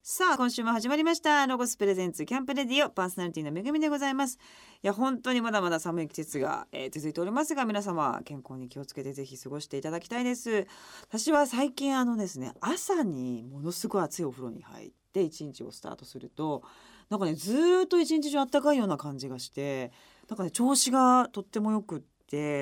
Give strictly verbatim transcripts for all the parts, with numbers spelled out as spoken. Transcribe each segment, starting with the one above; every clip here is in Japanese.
さあ今週も始まりましたロゴスプレゼンツキャンプレディオ、パーソナリティのめぐみでございます。いや本当にまだまだ寒い季節が、えー、続いておりますが、皆様健康に気をつけてぜひ過ごしていただきたいです。私は最近あのですね朝にものすごい熱いお風呂に入って一日をスタートするとなんかねずーっと一日中あったかいような感じがして、なんかね調子がとってもよくって、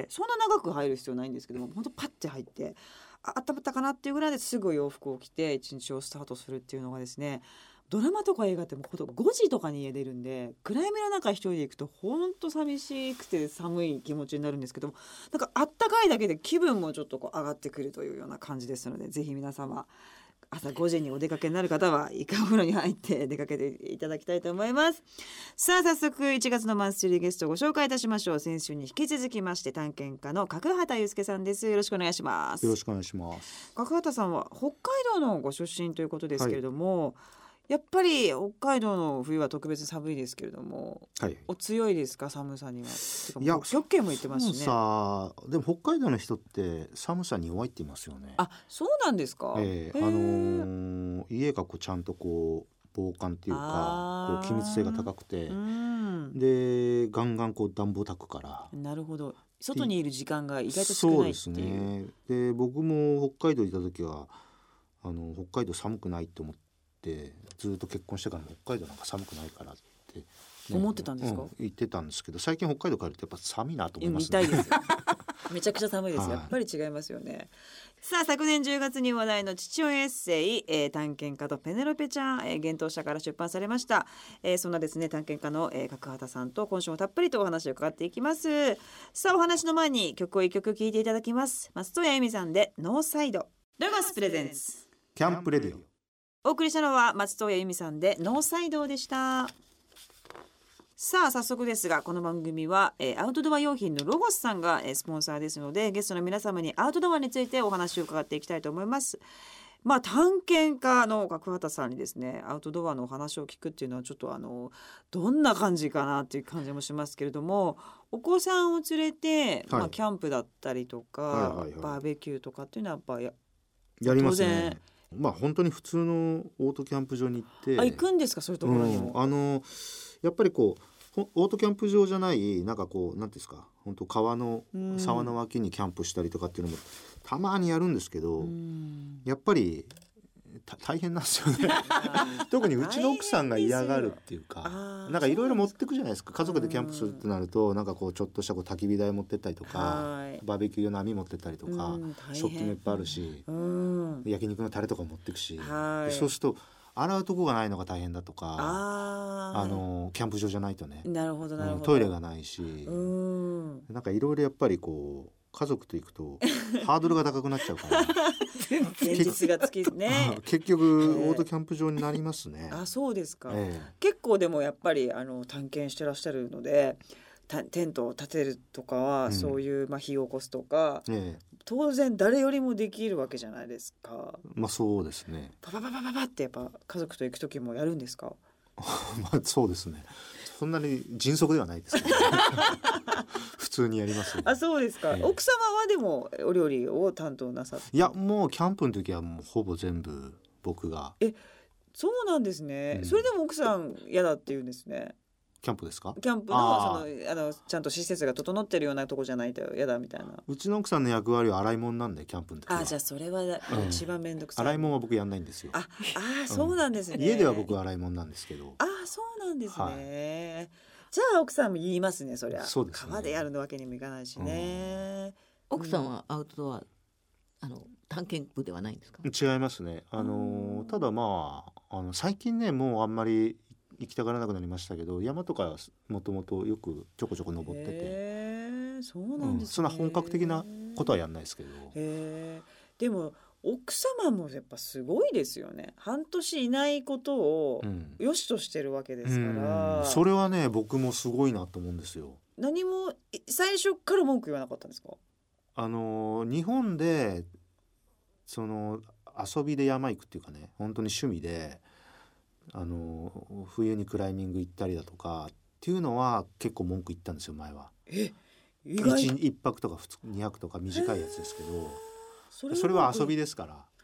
そんな長く入る必要ないんですけども、本当パッて入ってあ温まったかなっていうぐらいですぐ洋服を着て一日をスタートするっていうのがですね、ドラマとか映画ってもうごじとかに家出るんで、暗闇の中一人で行くとほんと寂しくて寒い気持ちになるんですけども、なんかあったかいだけで気分もちょっとこう上がってくるというような感じですので、ぜひ皆様朝ごじにお出かけになる方はイカお風呂に入って出かけていただきたいと思います。さあ早速いちがつのマンスリーゲストをご紹介いたしましょう。先週に引き続きまして探検家の角畑祐介さんです。よろしくお願いします。 よろしくお願いします。 角畑さんは北海道のご出身ということですけれども、はい、やっぱり北海道の冬は特別寒いですけれども、はい、お強いですか寒さには。いや極限も言ってますしね。 寒さでも北海道の人って寒さに弱いって言いますよね。 あ、そうなんですか。 えー、あのー、家がこうちゃんとこう防寒っていうかこう気密性が高くて、うん、でガンガンこう暖房炊くから。 なるほど。外にいる時間が意外と少ないっていう。 そうですね。で僕も北海道にいた時はあの北海道寒くないと思ってずっと結婚してから北海道なんか寒くないからって、ね、 思ってたんですか、うん、 言ってたんですけど、最近北海道帰るとやっぱ寒いなと思いますね。見たいですめちゃくちゃ寒いです、はい、やっぱり違いますよね。さあ昨年じゅうがつに話題の父親エッセイ、えー、探検家とペネロペちゃん、えー、幻冬舎から出版されました、えー、そんなですね探検家の、えー、角畑さんと今週もたっぷりとお話を伺っていきます。さあお話の前に曲を一曲聴いていただきます。松任谷由実さんでノーサイド。ロゴスプレゼンツキャンプレディオ。 お送りしたのは松任谷由実さんでノーサイドでした。さあ早速ですが、この番組は、えー、アウトドア用品のロゴスさんが、えー、スポンサーですので、ゲストの皆様にアウトドアについてお話を伺っていきたいと思います。まあ探検家の角畑さんにですねアウトドアのお話を聞くっていうのはちょっとあのどんな感じかなっていう感じもしますけれども、お子さんを連れて、はい、まあ、キャンプだったりとか、はいはいはい、バーベキューとかっていうのはやっぱ や, やりますね。まあ本当に普通のオートキャンプ場に行って。 あ、行くんですか、そういうところにも。 うん、あのやっぱりこうオートキャンプ場じゃないなんかこうなんていうんですか、本当川の沢の脇にキャンプしたりとかっていうのもたまにやるんですけど、やっぱり大変なんですよね特にうちの奥さんが嫌がるっていうか、なんかいろいろ持ってくじゃないですか。家族でキャンプするってなるとなんかこうちょっとしたこう焚き火台持ってったりとか、バーベキュー用の網持ってったりとか、食器もいっぱいあるし、焼肉のタレとか持ってくし、そうすると洗うとこがないのが大変だとか、ああのキャンプ場じゃないとね。 なるほどなるほど、 トイレがないし、うんなんかいろいろやっぱりこう家族と行くとハードルが高くなっちゃうから現実がつきね結局オートキャンプ場になりますね。 あ、そうですか、 ええ、 結構でもやっぱりあの探検してらっしゃるのでテントを立てるとかは、うん、そういう、まあ、火を起こすとか、ええ、当然誰よりもできるわけじゃないですか。 まあそうですね。 パパパパパパってやっぱ家族と行く時もやるんですかまあそうですね。そんなに迅速ではないですけど、ね、普通にやりますよ。 あ、そうですか、ええ、奥様はでもお料理を担当なさって。 いやもうキャンプの時はもうほぼ全部僕が。 え、そうなんですね、うん、それでも奥さん嫌だって言うんですね。 キャンプですか？ キャンプ の, そのあのちゃんと施設が整ってるようなとこじゃないと嫌だみたいな。 うちの奥さんの役割は洗い物なんで、キャンプの時は。 あ、じゃあそれは一番めんどくさい、 うん、洗い物は僕やんないんですよ。 ああ、そうなんですね、うん、 家では僕は洗い物なんですけど。 あ、そうなんですね、はい、じゃあ奥さんも言いますね、そりゃ。そうですね、川でやるわけにもいかないしね、 うん、奥さんはアウトドアあの探検部ではないんですか？ 違いますね。あのただまあ、あの最近ねもうあんまり行きたがらなくなりましたけど、山とかもともとよくちょこちょこ登ってて。 へー、そうなんですね、うん、 そんな本格的なことはやんないですけど。 へー、でも奥様もやっぱすごいですよね。半年いないことを良しとしてるわけですから、 うん、それはね僕もすごいなと思うんですよ。 何も最初から文句言わなかったんですか？ あの日本でその遊びで山行くっていうかね、本当に趣味であの冬にクライミング行ったりだとかっていうのは結構文句言ったんですよ前は。 え、意外 1, 一泊とかにはくとか短いやつですけど、それ, それは遊びですから。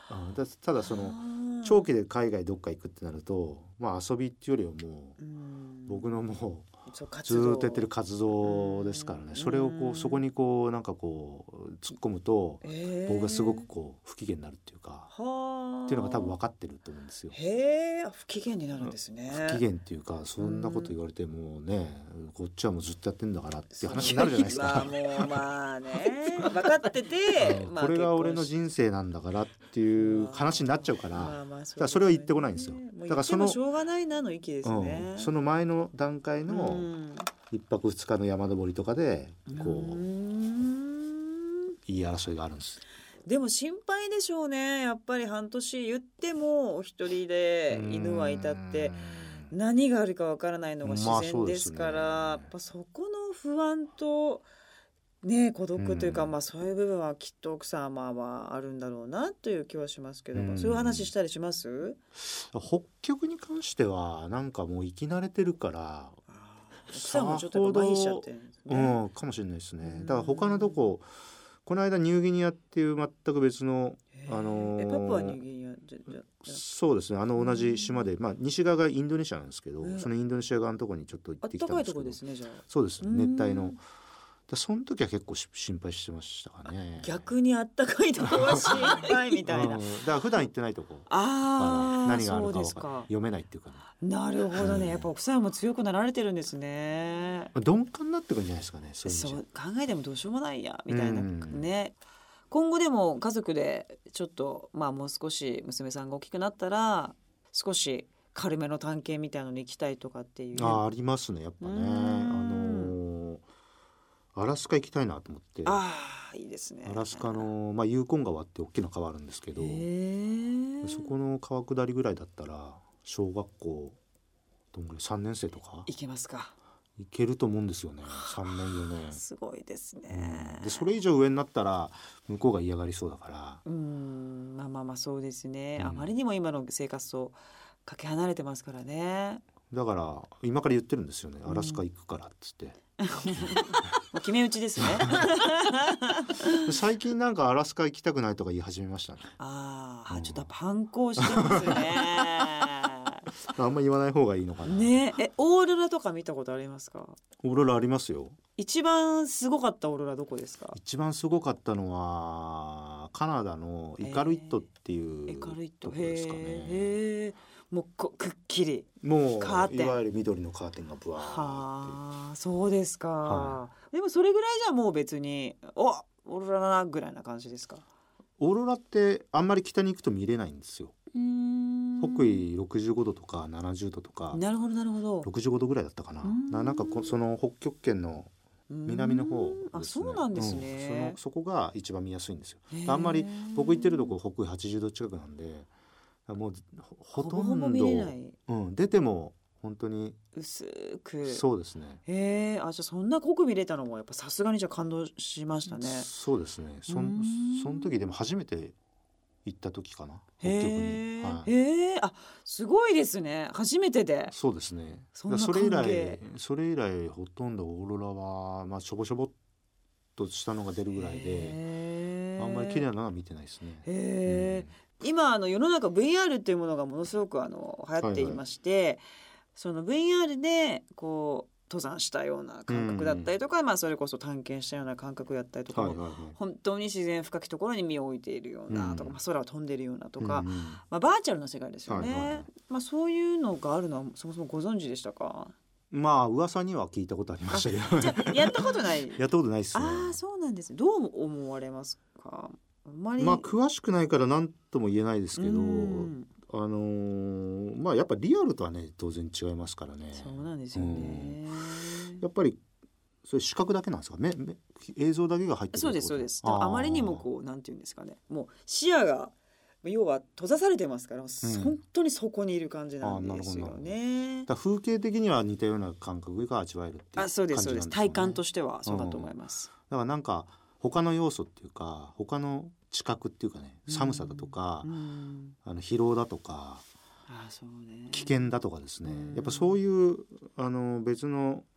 うん、だただそのの長期で海外どっか行くってなると、まあ遊びっていうよりはもううん僕のもそううず活動ーっとやってる活動ですからね。それをこうそこにこうなんかこう突っ込むとえー僕がすごくこう不機嫌になるっていうかはあっていうのが多分分かってると思うんですよ。 へえ不機嫌になるんですね。 不機嫌っていうかそんなこと言われてもねこっちはもうずっとやってんだからっていう話になるじゃないですか。 まあもうまあね分かっててうんまあこれが俺の結婚し人生なんだからっていう話になっちゃうから、 まあまあだからそれは言ってこないんですよ。 もうだからその言ってもしょうがないなの域ですね。 うん、その前の段階うのん一泊二日の山登りとかでこううん言い争いがあるんです。 でも心配でしょうね。やっぱり半年言ってもお一人で犬はいたって何があるかわからないのが自然ですから、 まあやっそうですねぱそこの不安とね孤独というか、 うんまあそういう部分はきっと奥様はあるんだろうなという気はしますけども、 うんそういう話したりします？ 北極に関してはなんかもう生き慣れてるからあー奥さんもちょっとやっぱ麻痺しちゃってるんですね。 うん、かもしれないですね。 うんだから他のとここの間ニューギニアっていう全く別のへーあのーえパプアニューギニアじゃじゃじゃそうですねあの同じ島で、まあ、西側がインドネシアなんですけど、 うんそのインドネシア側のところにちょっと行あってきったかいとこたんですけどですねじゃあ。 そうですうん熱帯のだその時は結構し心配してましたかね。 逆にあったかいとこは心配みたいな。 うんだから普段行ってないとこああ、 何があそうるかわかですか。 読めないっていうかねなるほどね。 うんやっぱ奥さんも強くなられてるんですね。 鈍感になってくるんじゃないですかねそういう意味じそう考えてもどうしようもないやみたいなうんね。今後でも家族でちょっとまあもう少し娘さんが大きくなったら少し軽めの探検みたいのに行きたいとかっていう。 ゃあありますねやっぱねうんあのーアラスカ行きたいなと思ってああいいですね。 アラスカの、まあ、ユーコン川って大きな川あるんですけどへえ。 そこの川下りぐらいだったら小学校どんぐらいさんねん生とか行けますか。 行けると思うんですよねさんねんよねん、 すごいですうんね。 でそれ以上上になったら向こうが嫌がりそうだからうーんまあまあまあそうですね、 うんあまりにも今の生活とかけ離れてますからね。 だから今から言ってるんですよねうんアラスカ行くからっつって、 もう決め打ちですね。 で最近なんかアラスカ行きたくないとか言い始めましたねああ、 うんちょっとやっぱ反抗してますね。 あんま言わない方がいいのかな、 ねえ、オーロラとか見たことありますか？ オーロラありますよ。 一番すごかったオーロラどこですか？ 一番すごかったのはカナダのイカルイットっていうエカルイットとこですかね。 へえ、もうこくっきり。 もうカーテンいわゆる緑のカーテンがブワーってはあ、そうですか、 はでもそれぐらいじゃもう別におオーロラだなぐらいな感じですか？ オーロラってあんまり北に行くと見れないんですよ。 うーん北緯ろくじゅうごどとかななじゅうどとかなるほどなるほど。 ろくじゅうごどぐらいだったかな。 うんななんかこその北極圏の南の方ですね。 あ、そうなんですうんね。 そのそこが一番見やすいんですよ。 へーあんまり僕行ってるとこ北緯はちじゅうど近くなんでもうほほとんどほぼほぼ見れないうん、出ても本当に薄く。 そうですね。 へえ、あ、じゃあそんな濃く見れたのもやっぱさすがにじゃあ感動しましたね。 そうですね。そうんんその時でも初めて行った時かな北極へに、 え、 はい、 へえ、あ、すごいですね。初めてで。 そうですね。 そんなだからそれ以歓来迎それ以来ほとんどオーロラはまあしょぼしょぼっとしたのが出るぐらいでへえあんまり綺麗なのは見てないですね。 へえ、今あの世の中 ブイアール っていうものがものすごくあの流行っていまして、その ブイアール でこう登山したような感覚だったりとか、まあそれこそ探検したような感覚だったりとかも、 はいはいはい。 本当に自然深きところに身を置いているようなとか、 うんまあ、空を飛んでいるようなとか、 うんうんまあ、バーチャルの世界ですよね、 はいはいはいまあ、そういうのがあるのはそもそもご存知でしたか？ まあ噂には聞いたことありましたけどじゃあやったことないやったことないですね。 ああそうなんですね。どう思われますか？あんまりまあ詳しくないから何とも言えないですけど、 うんあのーまあやっぱリアルとはね当然違いますからね。 そうなんですよね、 やっぱりそれ視覚だけなんですか？目目映像だけが入ってくるそうってことですそうです。 あーあまりにもこうなんていうんですかね、もう視野が要は閉ざされてますから、本当にそこにいる感じなんですよね。 だから風景的には似たような感覚が味わえるっていう感あ、そうですじなんそうです。 ね体感としてはそうだと思います。 だからなんか他の要素っていうか他の知覚っていうかね寒さだとか、 うんあの疲労だとかあ、そうね。 危険だとかですね、 うんやっぱそういうあの別の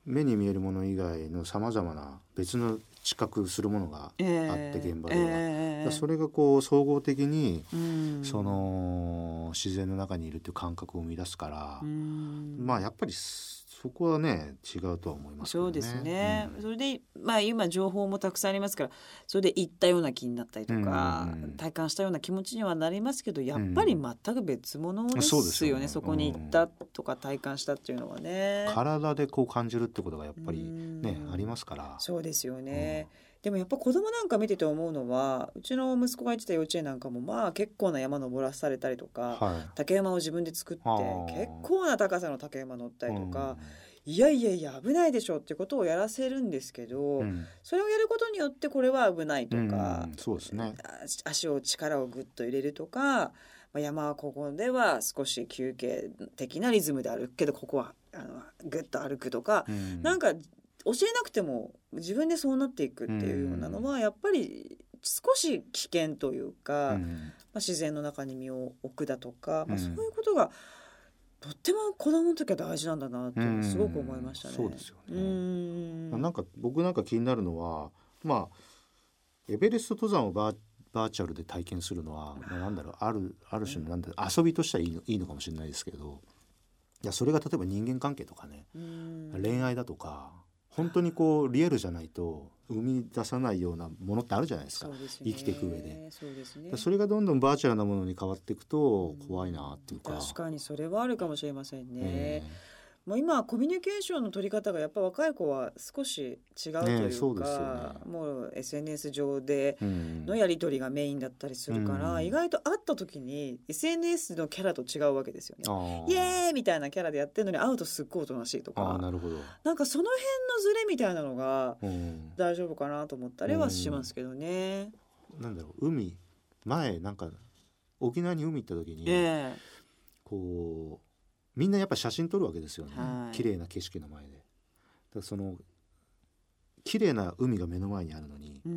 目に見えるもの以外のさまざまな別の知覚するものがあって、 えー、 現場では、 えー、 それがこう総合的に、 うん、 その自然の中にいるという感覚を生み出すから、うん、まあやっぱりそこはね違うとは思いますけどね。 そうですね、 うん、 それで、まあ、今情報もたくさんありますからそれで行ったような気になったりとか、うんうん、体感したような気持ちにはなりますけどやっぱり全く別物ですよね、うん、そうですよね、そこに行ったとか体感したっていうのはね、 体でこう感じるってことがやっぱりね、うん、ありますから。 そうですよね、うん、でもやっぱ子供なんか見てて思うのはうちの息子が行ってた幼稚園なんかもまあ結構な山登らされたりとか、はい、竹馬を自分で作って結構な高さの竹馬乗ったりとか、うん、いやいやいや危ないでしょってことをやらせるんですけど、うん、それをやることによってこれは危ないとか、 うん、そうですね、 足を力をグッと入れるとか、まあ、山はここでは少し休憩的なリズムで歩くけどここはあのグッと歩くとか、うん、なんか教えなくても自分でそうなっていくっていうようなのはやっぱり少し危険というか、うん、まあ、自然の中に身を置くだとか、まあ、そういうことがとっても子供の時は大事なんだなってすごく思いましたね。 そうですよね。うんなんか僕なんか気になるのは、まあ、エベレスト登山をバー、バーチャルで体験するのは、まあ、なんだろうある、ある種のなんだろう遊びとしてはいいの、いいのかもしれないですけど、いやそれが例えば人間関係とかね、恋愛だとか本当にこうリアルじゃないと生み出さないようなものってあるじゃないですか。そうですね、生きていく上で。そうですね、それがどんどんバーチャルなものに変わっていくと怖いなっていうか、 確かにそれはあるかもしれませんね、えーもう今コミュニケーションの取り方がやっぱ若い子は少し違うというか、ね、そうですよね、もう エスエヌエス 上でのやり取りがメインだったりするから、うん、意外と会った時に エスエヌエス のキャラと違うわけですよね。イエーイみたいなキャラでやってるのに会うとすっごいおとなしいとか、 あ、なるほど、 なんかその辺のズレみたいなのが大丈夫かなと思ったりはしますけどね、 うん、なんだろう、海前なんか沖縄に海行った時に、 えー、 こうみんなやっぱ写真撮るわけですよね、はい、綺麗な景色の前で。だからその綺麗な海が目の前にあるのに、うん、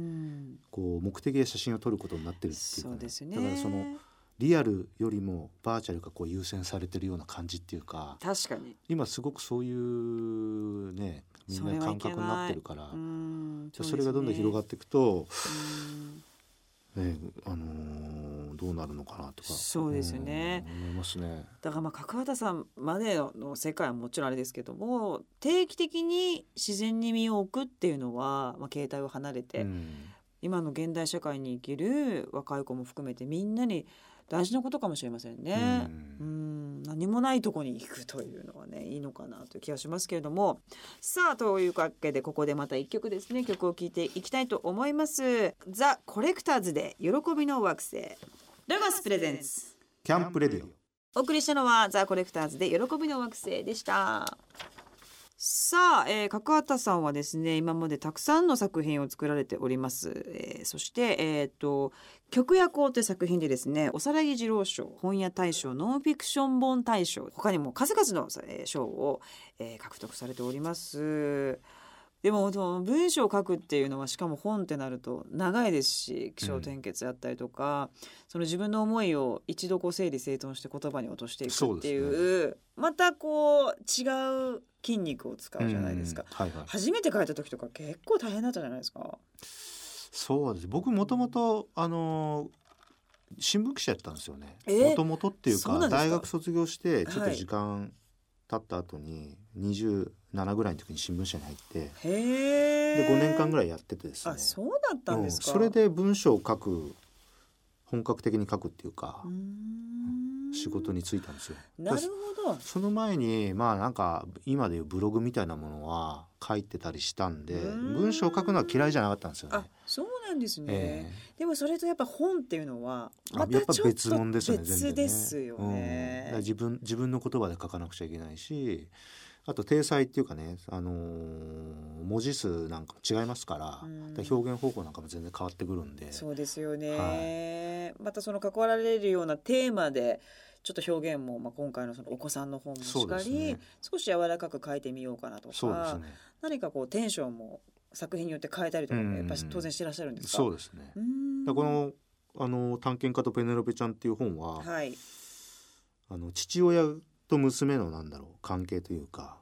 こう目的で写真を撮ることになってるっていうか、ね、そうですね、だからそのリアルよりもバーチャルがこう優先されてるような感じっていうか、 確かに今すごくそういうねみんな感覚になってるから、うん、 そ, それがどんどん広がっていくと、うん、ね、あのー、どうなるのかなとか、 そうですよね、 うん、思いますね。 だからまあ角畑さんまでの世界はもちろんあれですけども、定期的に自然に身を置くっていうのは、まあ、携帯を離れて、うん、今の現代社会に生きる若い子も含めてみんなに大事なことかもしれませんね、うん、うん、何もないとこに行くというのはねいいのかなという気がしますけれども、さあというわけでここでまた一曲ですね、曲を聴いていきたいと思います。ザ・コレクターズで喜びの惑星、ロゴスプレゼンツキャンプレディオ、 お送りしたのはザ・コレクターズで喜びの惑星でした。さあ、えー、角畑さんはですね今までたくさんの作品を作られております、えー、そして、えー、と曲夜行という作品でですねおさらぎ二郎賞、本屋大賞、ノンフィクション本大賞、他にも数々の、えー、賞を、えー、獲得されております。でも文章を書くっていうのはしかも本ってなると長いですし、起承転結だったりとか、うん、その自分の思いを一度こう整理整頓して言葉に落としていくっていう、ね、またこう違う筋肉を使うじゃないですか、うん、はいはい、初めて書いた時とか結構大変だったじゃないですか。 そうです、僕もともとあのー新聞記者やったんですよね、もともとっていうか大学卒業してちょっと時間経った後ににじゅうななぐらいの時に新聞社に入って、へでごねんかんぐらいやっててですね。 あ、そうだったんですか、 うん、それで文章を書く本格的に書くっていうか、うーん、仕事に就いたんですよ。 なるほど。 その前にまあなんか今でいうブログみたいなものは書いてたりしたんで、文章を書くのは嫌いじゃなかったんですよね。 あ、そうなんですね、えー、でもそれとやっぱ本っていうのはまたちょっと別物ですね。 別ですよね、 うん、だから自分自分の言葉で書かなくちゃいけないし、あと体裁っていうかね、あのー、文字数なんかも違いますから、うん、だから表現方法なんかも全然変わってくるんで。 そうですよね、はい、またその関わられるようなテーマでちょっと表現も、まあ、今回のそのお子さんの本もしかり、ね、少し柔らかく書いてみようかなとか、そうですね、何かこうテンションも作品によって変えたりとかもやっぱり当然してらっしゃるんですか。 そうですね。だこのあの探検家とペネロペちゃんっていう本は、はい、あの父親と娘のなんだろう関係というか、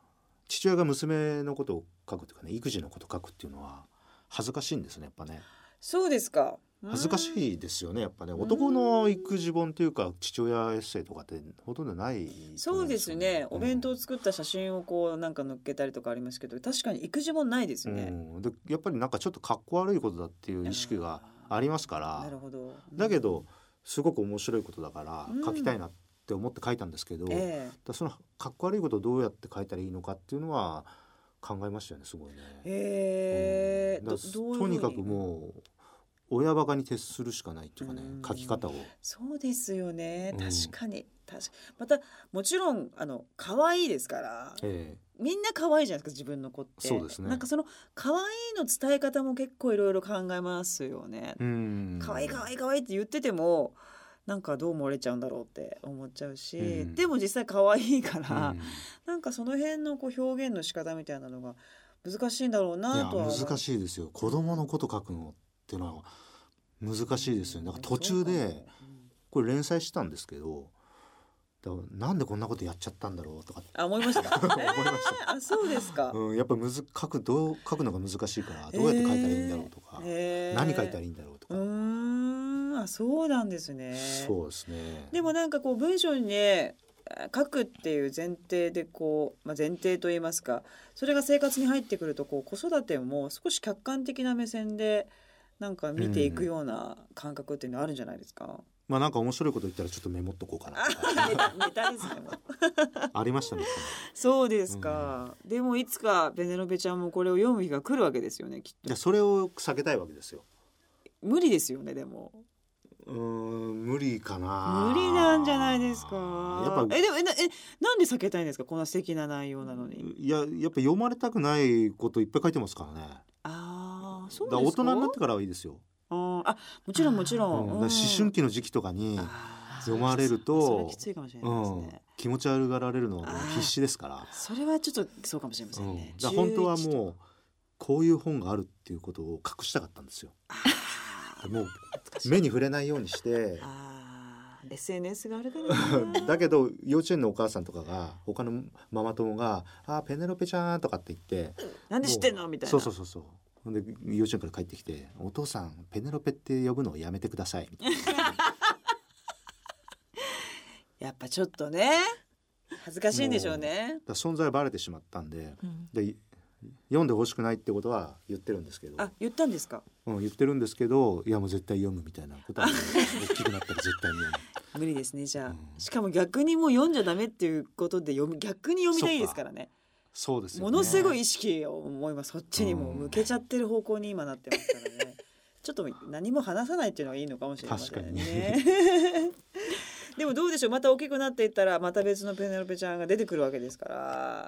父親が娘のことを書くというかね、育児のことを書くっていうのは恥ずかしいんですね、やっぱね。 そうですか。 恥ずかしいですよね、やっぱね。男の育児本というか父親エッセイとかってほとんどないと思うんですよね。 そうですね、お弁当うん作った写真をこうなんか載っけたりとかありますけど、確かに育児もないですよね。 うん、でやっぱりなんかちょっとかっこ悪いことだっていう意識がありますからなるほど。 だけどすごく面白いことだからうん書きたいなって思って書いたんですけど、 えだそのかっこ悪いことをどうやって書いたらいいのかっていうのは考えましたよね、すごいね。 えへえ、 うんだどどういうふうにとにかくもう親バカに徹するしかないっていうかね、 うん書き方を。 そうですよね、 うん確かに確かまたもちろんあの可愛いですからえみんな可愛いじゃないですか、自分の子って。 そうですねなんかその可愛いの伝え方も結構いろいろ考えますよね。 えうん可愛い可愛い可愛いって言っててもなんかどう思われちゃうんだろうって思っちゃうし、 うんでも実際可愛いから、 うんなんかその辺のこう表現の仕方みたいなのが難しいんだろういなとはや難しいですよ、子供のこと書くのっていうのは難しいですよね。だから途中でこれ連載したんですけど、だからなんでこんなことやっちゃったんだろうとかあ思いましたか。 思いましたえーあそうですか。 うん、やっぱむず書くどう書くのが難しいからどうやって書いたらいいんだろうとか、 えー何書いたらいいんだろうとか、 うーんあそうなんですね。 そうですね。 でもなんかこう文章にね書くっていう前提でこう、まあ、前提といいますか、それが生活に入ってくるとこう子育ても少し客観的な目線でなんか見ていくような感覚っていうのはあるんじゃないですか。 まあなんか面白いこと言ったらちょっとメモっとこうかなあとかネタネタですね。もうありましたね。 そうですか、でもいつかペネロペちゃんもこれを読む日が来るわけですよね、きっと。 いやそれを避けたいわけですよ。 無理ですよね、でもうーん無理かな。 無理なんじゃないですか。 やっぱえでもえなえなんで避けたいんですか、こんな素敵な内容なのに。 いややっぱ読まれたくないこといっぱい書いてますからね。 ああそうだですか。 から大人になってからはいいですよ。 あーあもちろんもちろん、 うん、だから思春期の時期とかにあー読まれるとそれはきついかもしれないですうんね、、 気持ち悪がられるのはもう必死ですから。 それはちょっとそうかもしれませんうんね、 だから本当はじゅういちともうこういう本があるっていうことを隠したかったんですよ。 あーもう恥ずかしい目に触れないようにしてあー エスエヌエス があるからねだけど幼稚園のお母さんとかが他のママ友が「あーペネロペちゃん」とかって言ってなんで知ってんのみたいな。 そうそうそうそうほんで幼稚園から帰ってきて「お父さんペネロペって呼ぶのをやめてください」みたいなやっぱちょっとね恥ずかしいんでしょうね。 だから存在バレてしまったんで、 うんで読んでほしくないってことは言ってるんですけど、 あ言ったんですか。 うん、言ってるんですけどいやもう絶対読むみたいなことは、ね、大きくなったら絶対に読む。 無理ですねじゃあ、 うんしかも逆にもう読んじゃダメっていうことで読み逆に読みたいですからね。 そうですよね。 ものすごい意識を思います。そっちにもう向けちゃってる方向に今なってますからねちょっと何も話さないっていうのがいいのかもしれませんねでもどうでしょう、また大きくなっていったらまた別のペネロペちゃんが出てくるわけですから。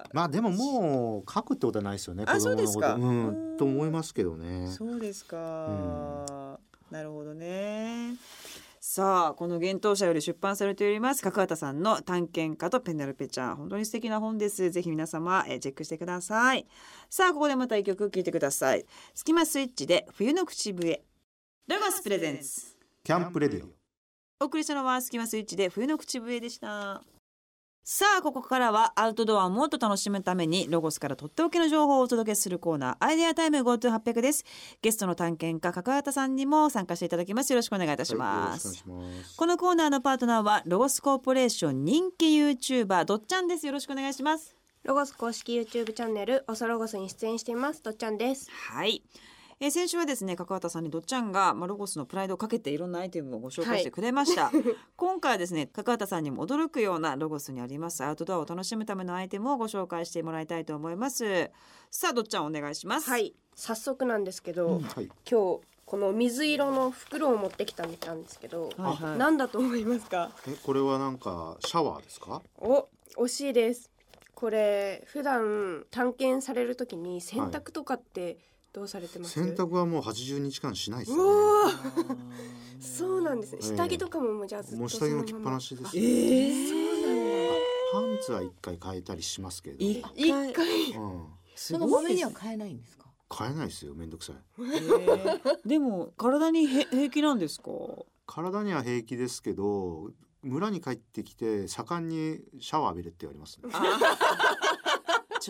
まあでももう書くってことはないですよね。 あ子供のことそうですかうんうんと思いますけどね。 そうですか、なるほどね。さあこの幻冬舎より出版されております角畑さんの探検家とペネロペちゃん、本当に素敵な本です。ぜひ皆様えーチェックしてください。さあここでまた一曲聴いてください。スキマスイッチで冬の口笛。ロゴスプレゼンツキャンプレディオ。 お送りしたのはスキマスイッチで冬の口笛でした。さあここからはアウトドアをもっと楽しむためにロゴスからとっておきの情報をお届けするコーナーアイデアタイム ゴートゥーはっぴゃく です。ゲストの探検家角畑さんにも参加していただきます。よろしくお願いいたします、 はい、よろしくお願いします。 このコーナーのパートナーはロゴスコーポレーション人気 YouTuber どっちゃんです。よろしくお願いします。 ロゴス公式 YouTube チャンネルオソロゴスに出演していますどっちゃんです。 はい、えー、先週はですね角畑さんにどっちゃんが、まあ、ロゴスのプライドをかけていろんなアイテムをご紹介してくれました、はい、今回はですね角畑さんにも驚くようなロゴスにありますアウトドアを楽しむためのアイテムをご紹介してもらいたいと思います。さあどっちゃんお願いします。 はい、早速なんですけど、 うんはい、 今日この水色の袋を持ってきたみたいなんですけど、 はいはい、 何だと思いますか？ えこれはなんかシャワーですか？ お惜しいです。これ普段探検されるときに洗濯とかってどうされてます？ 洗濯はもうはちじゅうにちかんしないですね。 そうなんですね。下着とかももうじゃあずっともう下着も着っぱなしです。 えー、 そうなんだ。 パンツは一回変えたりしますけど、 一一回、 うん、 その場面には買えないんですか？ 変えないですよ、めんどくさい。 えー、でも体にへ平気なんですか？ 体には平気ですけど村に帰ってきて盛んにシャワー浴びるって言われますね。 ちょっと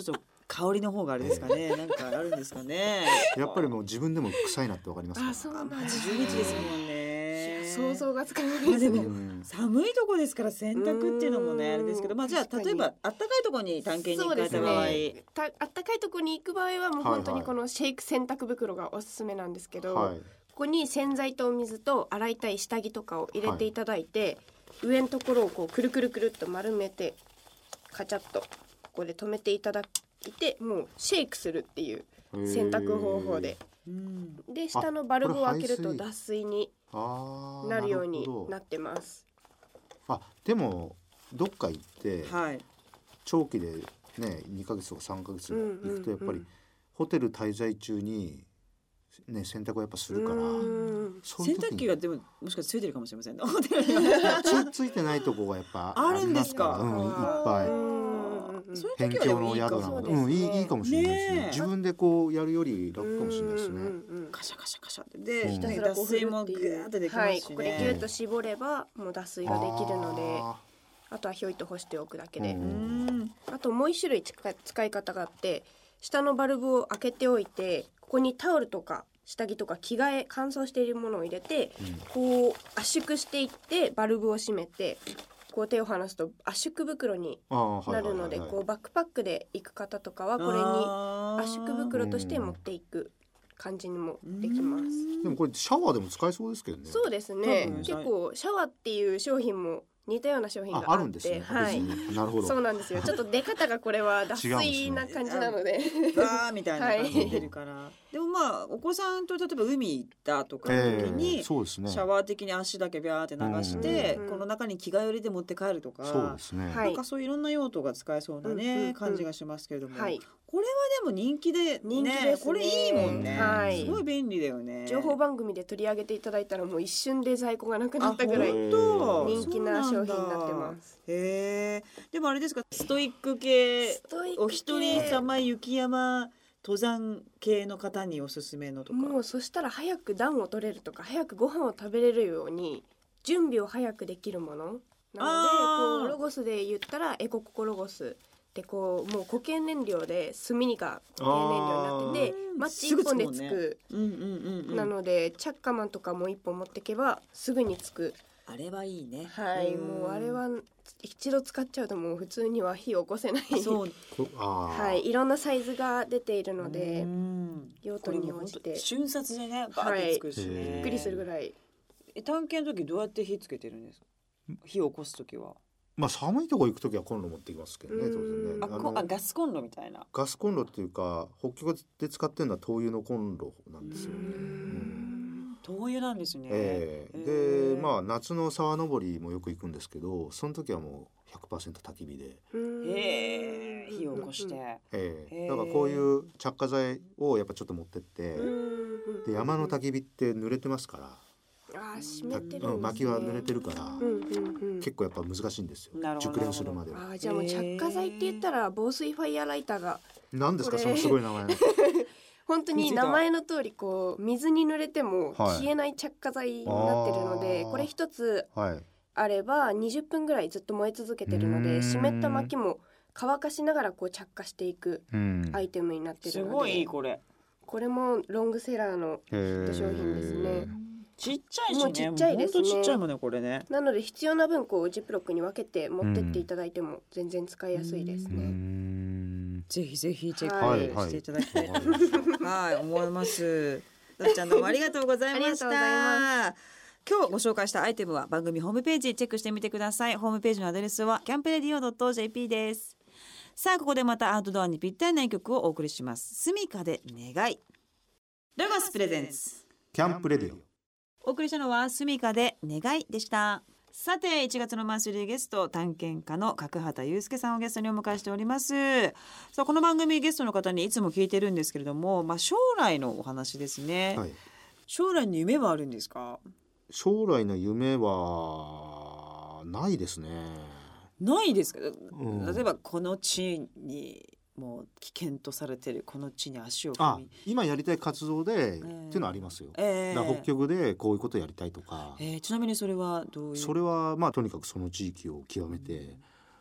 香りの方があれですかね。なんかあるんですかね。 やっぱりもう自分でも臭いなってわかりますかあ、そうなんだ。 はちじゅうにちですもんね。 想像がつかないまあでもうん寒いとこですから洗濯っていうのもねうんあれですけど、まあじゃあ確かに例えばあったかいところに探検に行そうですかれた場合、 ね。たあったかいとこに行く場合はもう本当はいはいにこのシェイク洗濯袋がおすすめなんですけど、 はいここに洗剤とお水と洗いたい下着とかを入れていただいて、上のところをこうくるくるくるっと丸めてカチャッとここで止めていただいて、もうシェイクするっていう洗濯方法で、 うんで下のバルブを開けるとこれ排脱水にあーなるようになるほどなってます。 あでもどっか行ってはい。 長期でねにかげつとかさんかげつ行くとやっぱりうんうんうんホテル滞在中にね洗濯をやっぱするからうんそういう時に洗濯機がでももしかしてついてるかもしれませんね。ホテルにはつついてないとこがやっぱあるんですかありますからうん、いっぱい。 うんそういう辺時はでもいい境の宿かも。 なので、うん、いいいいかもしれないですねねえ自分でこうやるより楽かもしれないですね。 うんうんうんカシャカシャカシャってで、 うんひたすひたすらこうら脱水も振るっていうギューってできまはい、 すしここでギュねッ。と絞ればもう脱水ができるので、 ああとはひょいと干しておくだけで、 ううんん。 あともう一種類使い使い方があって、下のバルブを開けておいて、ここにタオルとか下着とか着替え乾燥しているものを入れて、こう圧縮していってバルブを閉めて、こう手を離すと圧縮袋にーあーはないるので、 はいはいこうバックパックで行く方とかはこれにあー圧縮袋として持っていく感じにもできます。 でもこれシャワーでも使えそうですけどね。 そうですね多分。 結構シャワーっていう商品も似たような商品があって、 ああるんですね。 はい。 別になるほど。 そうなんですよ。ちょっと出方がこれは脱水な感じなので、 バーみたいな感じで出るから、でもまあお子さんと例えば海行ったとかの時に、 えーそうですね。 シャワー的に足だけビャーって流して、 うんこの中に着替えを入れて持って帰るとか、 そうですね。 はいなんかそういういろんな用途が使えそうなね、 うんうんうん感じがしますけれども、 はい。 これはでも人気で、ね、 人気ですねこれいいもんね、 はいすごい便利だよね。 情報番組で取り上げていただいたらもう一瞬で在庫がなくなったぐらいあ本当人気な商品になってます。 す。へえ。でもあれですか、ストイック系、 ストイック系お一人様雪山登山系の方におすすめのとか。 もうそしたら早く暖を取れるとか早くご飯を食べれるように準備を早くできるものなので、 あーこうロゴスで言ったらエコココロゴスで、こうもう固形燃料で炭が固形燃料になっててあーマッチいっぽんでつすぐつくもんく、 うんうんうんうん。 なのでチャッカマンとかもいっぽん持ってけばすぐにつく。 あれはいいね。 はい、 んもうあれは一度使っちゃうともう普通には火を起こせない。 そう。 こあーはい、いろんなサイズが出ているので、 うん用途に応じて瞬殺でねバーってつくしね、 はいびっくりするぐらい。 え探検の時どうやって火つけてるんですか。火を起こす時はまあ寒いとこ行くときはコンロ持ってきますけどね当うん然ね。 あこあガスコンロみたいな。 ガスコンロっていうか北極で使ってるのは灯油のコンロなんですよね。うん灯油なんですね。 ええへーでまあ夏の沢登りもよく行くんですけどその時はもう ひゃくパーセント 焚き火で、 へえ火を起こして。 えへーえだからこういう着火剤をやっぱちょっと持ってってで山の焚き火って濡れてますからあー湿ってるんですね。 うん薪は濡れてるから、 うんうんうん。 結構やっぱ難しいんですよなるほど熟練するまでは。 あーじゃあもう着火剤って言ったら防水ファイヤーライターがなんですかこれそのすごい名前本当に名前の通りこう水に濡れてもはい消えない着火剤になってるので、 あーこれ一つはいあればにじゅっぷんぐらいずっと燃え続けてるのうーんで湿った薪も乾かしながらこう着火していくうんアイテムになってるので、 すごいいいこれ。 これもロングセラーのへー商品ですね。 ちっちゃいしね。 もうちっちゃいですねもうほんとちっちゃいもんねこれね。 なので必要な分こうジップロックに分けて持ってっていただいても全然使いやすいですうーね。 んぜひぜひチェはいックしていただきたいとはい思います。だっちゃんどうもありがとうございました。 ありがとうござい今日ご紹介したアイテムは番組ホームページチェックしてみてください。ホームページのアドレスはキャンプレディオ ドットジェーピー です。さあここでまたアウトドアにぴったりな一曲をお送りします。スミカで願い。ロゴスプレゼンツ。 キャンプレディオお送りしたのはスミカで願いでした。さていちがつのマンスリーゲスト探検家の角畑祐介さんをゲストにお迎えしております。さあこの番組ゲストの方にいつも聞いてるんですけれども、まあ、将来のお話ですね、 はい将来の夢はあるんですか。 将来の夢はないですね。 ないですか、 ん例えばこの地にもう危険とされてるこの地に足を踏あみ、 今やりたい活動で、 ーっていうのはありますよ。 えーだから北極でこういうことやりたいとか、 えーちなみにそれはどういう。 それはまあとにかくその地域を極めて、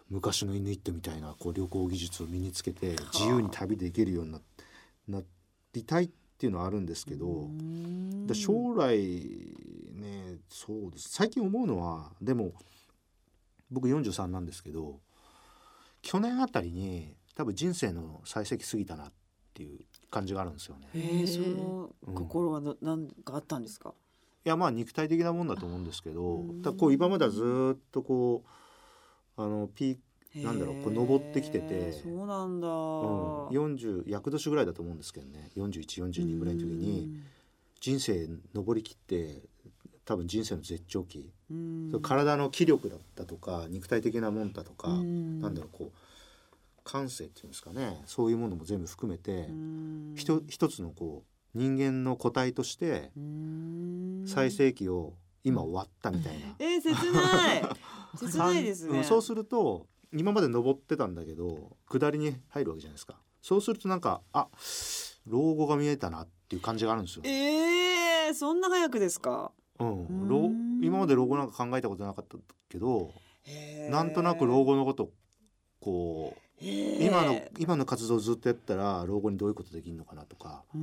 昔のイヌイットみたいなこう旅行技術を身につけて自由に旅できるように な, なりたいっていうのはあるんですけど、だ将来ね、そうです、最近思うのは、でも僕よんじゅうさんなんですけど、去年あたりに多分人生の最盛期過ぎたなっていう感じがあるんですよね。 えー、その心は何かあったんですか？ いやまあ肉体的なもんだと思うんですけど、だこう今まではずっとこうあのピーなんだろうこう登ってきてて、 そうなんだ、 うん、よんじゅう厄年ぐらいだと思うんですけどね、よんじゅういち、よんじゅうにぐらいの時に人生登りきって多分人生の絶頂期、そ体の気力だったとか肉体的なもんだとか、なんだろうこう感性っていうんですかね、そういうものも全部含めてひと一つのこう人間の個体として最盛期を今終わったみたいな、 えー、切ない切ないですね。 そうすると今まで登ってたんだけど下りに入るわけじゃないですか。そうするとなんかあ老後が見えたなっていう感じがあるんですよ。 えー、そんな早くですか？ うん、老今まで老後なんか考えたことなかったけど、なんとなく老後のことこう今の今の活動をずっとやったら老後にどういうことできるのかなとかうー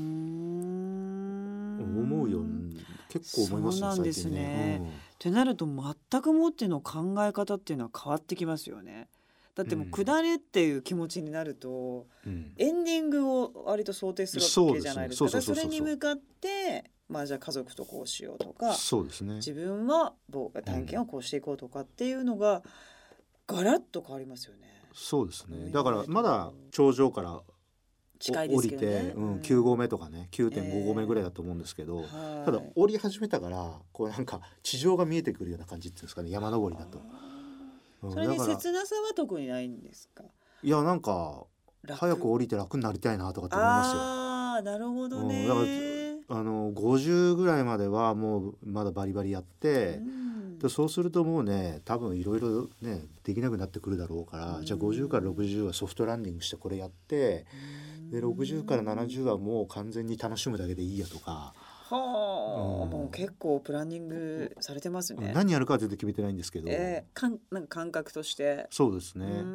ん思うように結構思いますね。 そうなんですね、 最近ね、うん、 ってなると全くもっての考え方っていうのは変わってきますよね。だってもう下れっていう気持ちになると、うん、エンディングを割と想定するわけじゃないですか。それに向かってまあじゃあ家族とこうしようとか、 そうですね、 自分は探検をこうしていこうとかっていうのがガラッと変わりますよね。 そうですね、だからまだ頂上から近いですけどね、 降りて、うん、きゅう合目とかね きゅうてんご 合目ぐらいだと思うんですけど、えー、ただ降り始めたからこうなんか地上が見えてくるような感じっていうんですかね、山登りだと、 うん、それに切なさは特にないんですか？ いやなんか早く降りて楽になりたいなとかって思いますよ。 ああなるほどね、 うん、だからあのごじゅうぐらいまではもうまだバリバリやって、うん、でそうするともうね多分いろいろねできなくなってくるだろうから、うん、じゃあごじゅうからろくじゅうはソフトランディングしてこれやって、うん、でろくじゅうからななじゅうはもう完全に楽しむだけでいいやとか、 はあ、うん、もう結構プランニングされてますね。 何やるかは全然決めてないんですけど、 えー、かんなんか感覚としてそうですね、うん、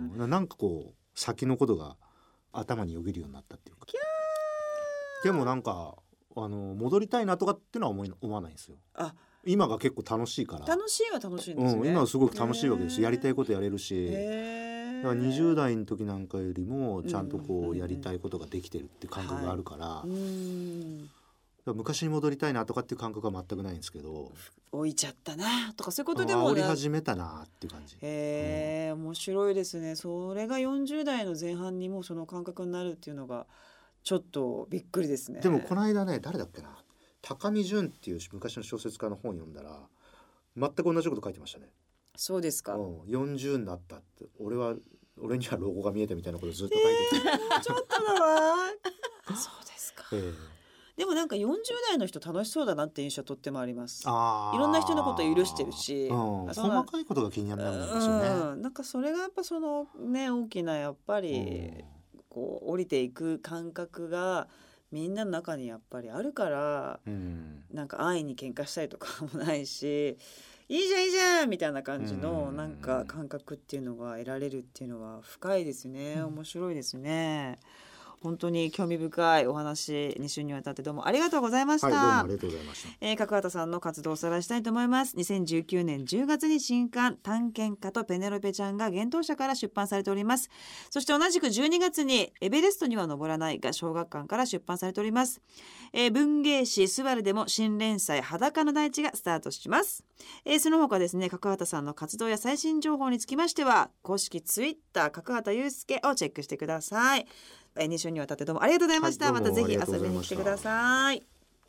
うん、なんかこう先のことが頭によぎるようになったっていうか、でもなんかあの戻りたいなとかっていうのは思い思わないんですよ。あ今が結構楽しいから。 楽しいは楽しいんですね、 うん、今はすごく楽しいわけです。やりたいことやれるし、だからにじゅう代の時なんかよりもちゃんとこうやりたいことができてるっていう感覚があるから、はい、うんだから昔に戻りたいなとかっていう感覚は全くないんですけど、 置いちゃったなとかそういうことでも降り始めたなっていう感じ。 へえ、うん、面白いですね。それがよんじゅう代の前半にもその感覚になるっていうのがちょっとびっくりですね。 でもこの間ね誰だっけな、高見純っていう昔の小説家の本読んだら全く同じこと書いてましたね。 そうですか、 うん、よんじゅうになったって俺は俺には老後が見えたみたいなことずっと書いてて、 えー、ちょっとだわそうですか、えー、でもなんかよんじゅう代の人楽しそうだなって印象とってもあります。あいろんな人のこと許してるし、 うん、細かいことが気になるんですよね、 うん、なんかそれがやっぱそのね大きなやっぱり、うんこう降りていく感覚がみんなの中にやっぱりあるから、うん、なんか安易に喧嘩したりとかもないしいいじゃんいいじゃんみたいな感じのなんか感覚っていうのが得られるっていうのは深いですね。面白いですね。本当に興味深いお話に週にわたってどうもありがとうございました。 はい、どうもありがとうございました。 えー、角畑さんの活動をおさらいしたいと思います。にせんじゅうきゅうねんじゅうがつに新刊探検家とペネロペちゃんが幻冬舎から出版されております。そして同じくじゅうにがつにエベレストには登らないが小学館から出版されております。えー、文芸誌スバルでも新連載裸の大地がスタートします。えー、その他ですね角畑さんの活動や最新情報につきましては公式ツイッター角畑祐介をチェックしてください。に週にわたってどうもありがとうございました、はい、またぜひ遊びに来てください。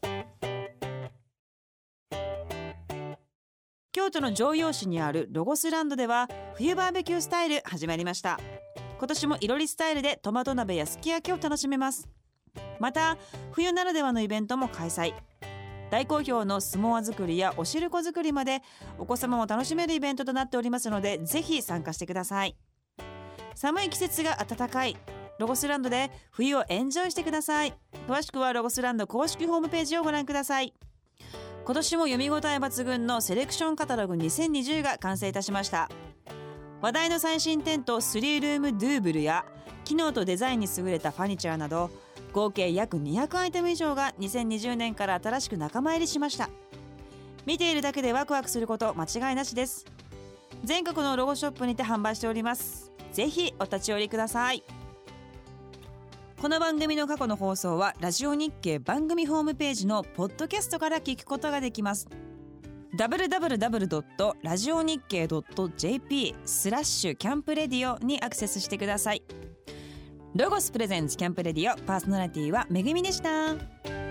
京都の城陽市にあるロゴスランドでは冬バーベキュースタイル始まりました。今年もいろりスタイルでトマト鍋やすき焼きを楽しめます。また冬ならではのイベントも開催。大好評のスモア作りやおしるこ作りまでお子様も楽しめるイベントとなっておりますのでぜひ参加してください。寒い季節が暖かいロゴスランドで冬をエンジョイしてください。詳しくはロゴスランド公式ホームページをご覧ください。今年も読み応え抜群のセレクションカタログにせんにじゅうが完成いたしました。 話題の最新テントスリールームドゥーブルや機能とデザインに優れたファニチャーなど合計約にひゃくアイテム以上がにせんにじゅうねんから新しく仲間入りしました。見ているだけでワクワクすること間違いなしです。全国のロゴショップにて販売しております。ぜひお立ち寄りください。この番組の過去の放送はラジオ日経番組ホームページのポッドキャストから聞くことができます。ダブリューダブリューダブリュードットラジオ日経ドットジェーピースラッシュキャンプレディオにアクセスしてください。ロゴスプレゼンツキャンプレディオパーソナリティはめぐみでした。